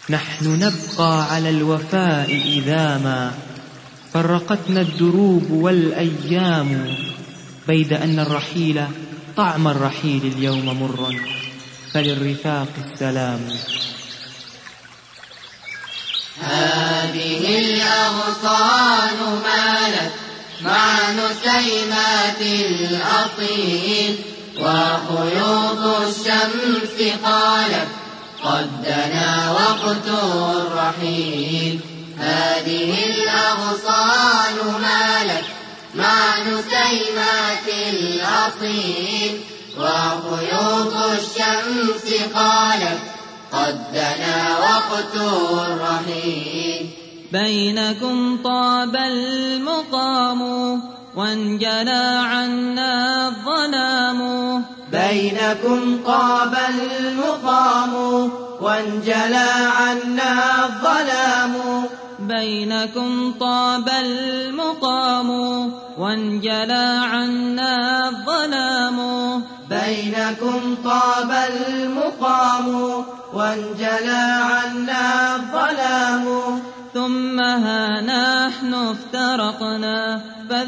نحن نبقى على الوفاء إذا ما فرقتنا الدروب والأيام، بيد أن الرحيل طعم الرحيل اليوم مر، فللرفاق السلام. هذه الأغصان مالت مع نسيمات الأصيل، وخيوط الشمس قالت قد دنا وقت الرحيل. هذه الأغصان مالت مع نسيمات الأصيل، وخيوط الشمس قالت قد دنا وقت الرحيل. بينكم طاب المقام وانجلى عنا الظلام، بينكم طاب المقام وانجلى عنا الظلام، بينكم طاب المقام وانجلى عنا الظلام، بينكم طاب المقام وانجلى عنا الظلام. ثم ها نحن افترقنا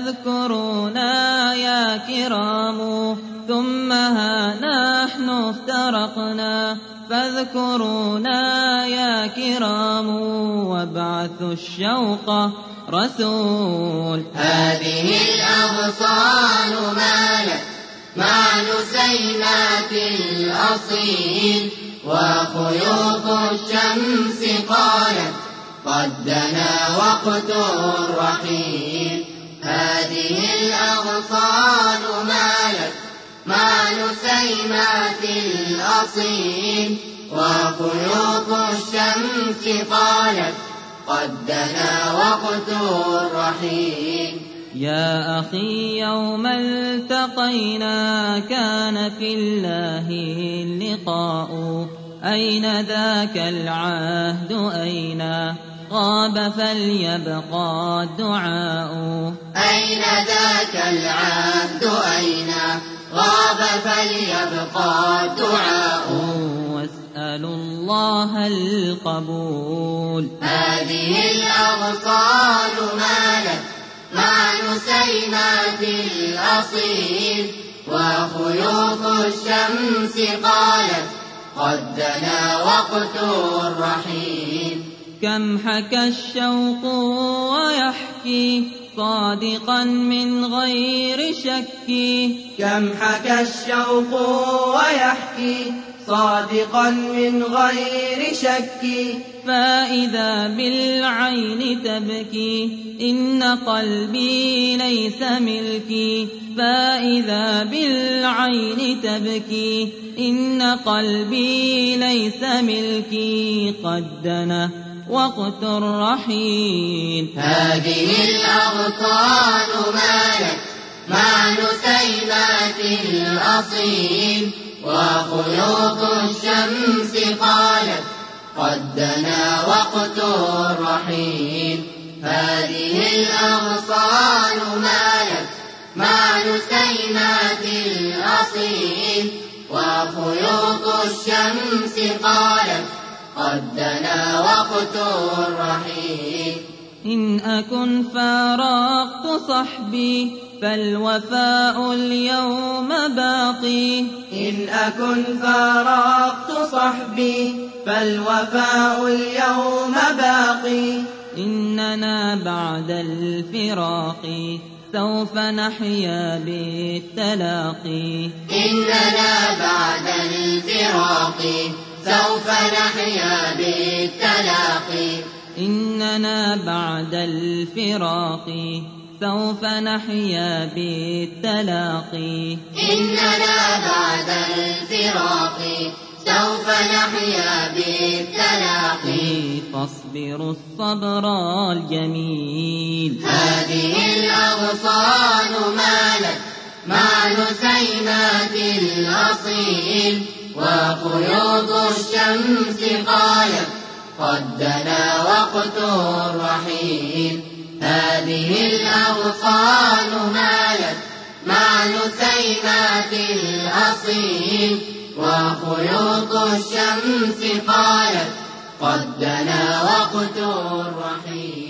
فاذكرونا يا كرام، ثم ها نحن افترقنا فاذكرونا يا كرام، وابعثوا الشوق رسول. هذه الأغصان مالت مع نسيمات الأصيل، وخيوط الشمس قالت قد دنا وقت الرحيل. هذه الأغصان مالت مع نسيمات الأصيل، وخيوط الشمس قالت قد دنا وقت الرحيل. يا أخي يوم التقينا كان في الله اللقاء، أين ذاك العهد أين غاب فليبقى الدعاء، أين ذاك العهد أين غاب فليبقى الدعاء، واسألوا الله القبول. هذه الأغصان مالت مع نسيمات الأصيل، وخيوط الشمس قالت قد دنا وقت الرحيل. كم حكى الشوق ويحكي صادقا من غير شك، كم حكى الشوق ويحكي صادقا من غير شك، فإذا بالعين تبكي إن قلبي ليس ملكي، فإذا بالعين تبكي إن قلبي ليس ملكي، قد دنا وقت الرحيل. هذه الأغصان مالت مع نسيمات الأصيل، وخيوط الشمس قالت قد دنا وقت الرحيل. هذه الأغصان مالت مع نسيمات الأصيل، وخيوط الشمس قالت قد دنا وقت الرحيل. إن أكن فارقت صحبي فالوفاء اليوم باقي، إن أكن فارقت صحبي فالوفاء اليوم باقي. إننا بعد الفراق سوف نحيا بالتلاقي، إننا بعد الفراق سوف نحيا بالتلاقي، إننا بعد الفراق سوف نحيا بالتلاقي، إننا بعد الفراق سوف نحيا بالتلاقي. فاصبروا الصبر الجميل. هذه الأغصان مالت مع نسيمات الأصيل، وخيوط الشمس قالت قد دنا وقت الرحيل. هذه الأغصان مالت مع نسيمات الأصيل، وخيوط الشمس قالت قد دنا وقت الرحيل.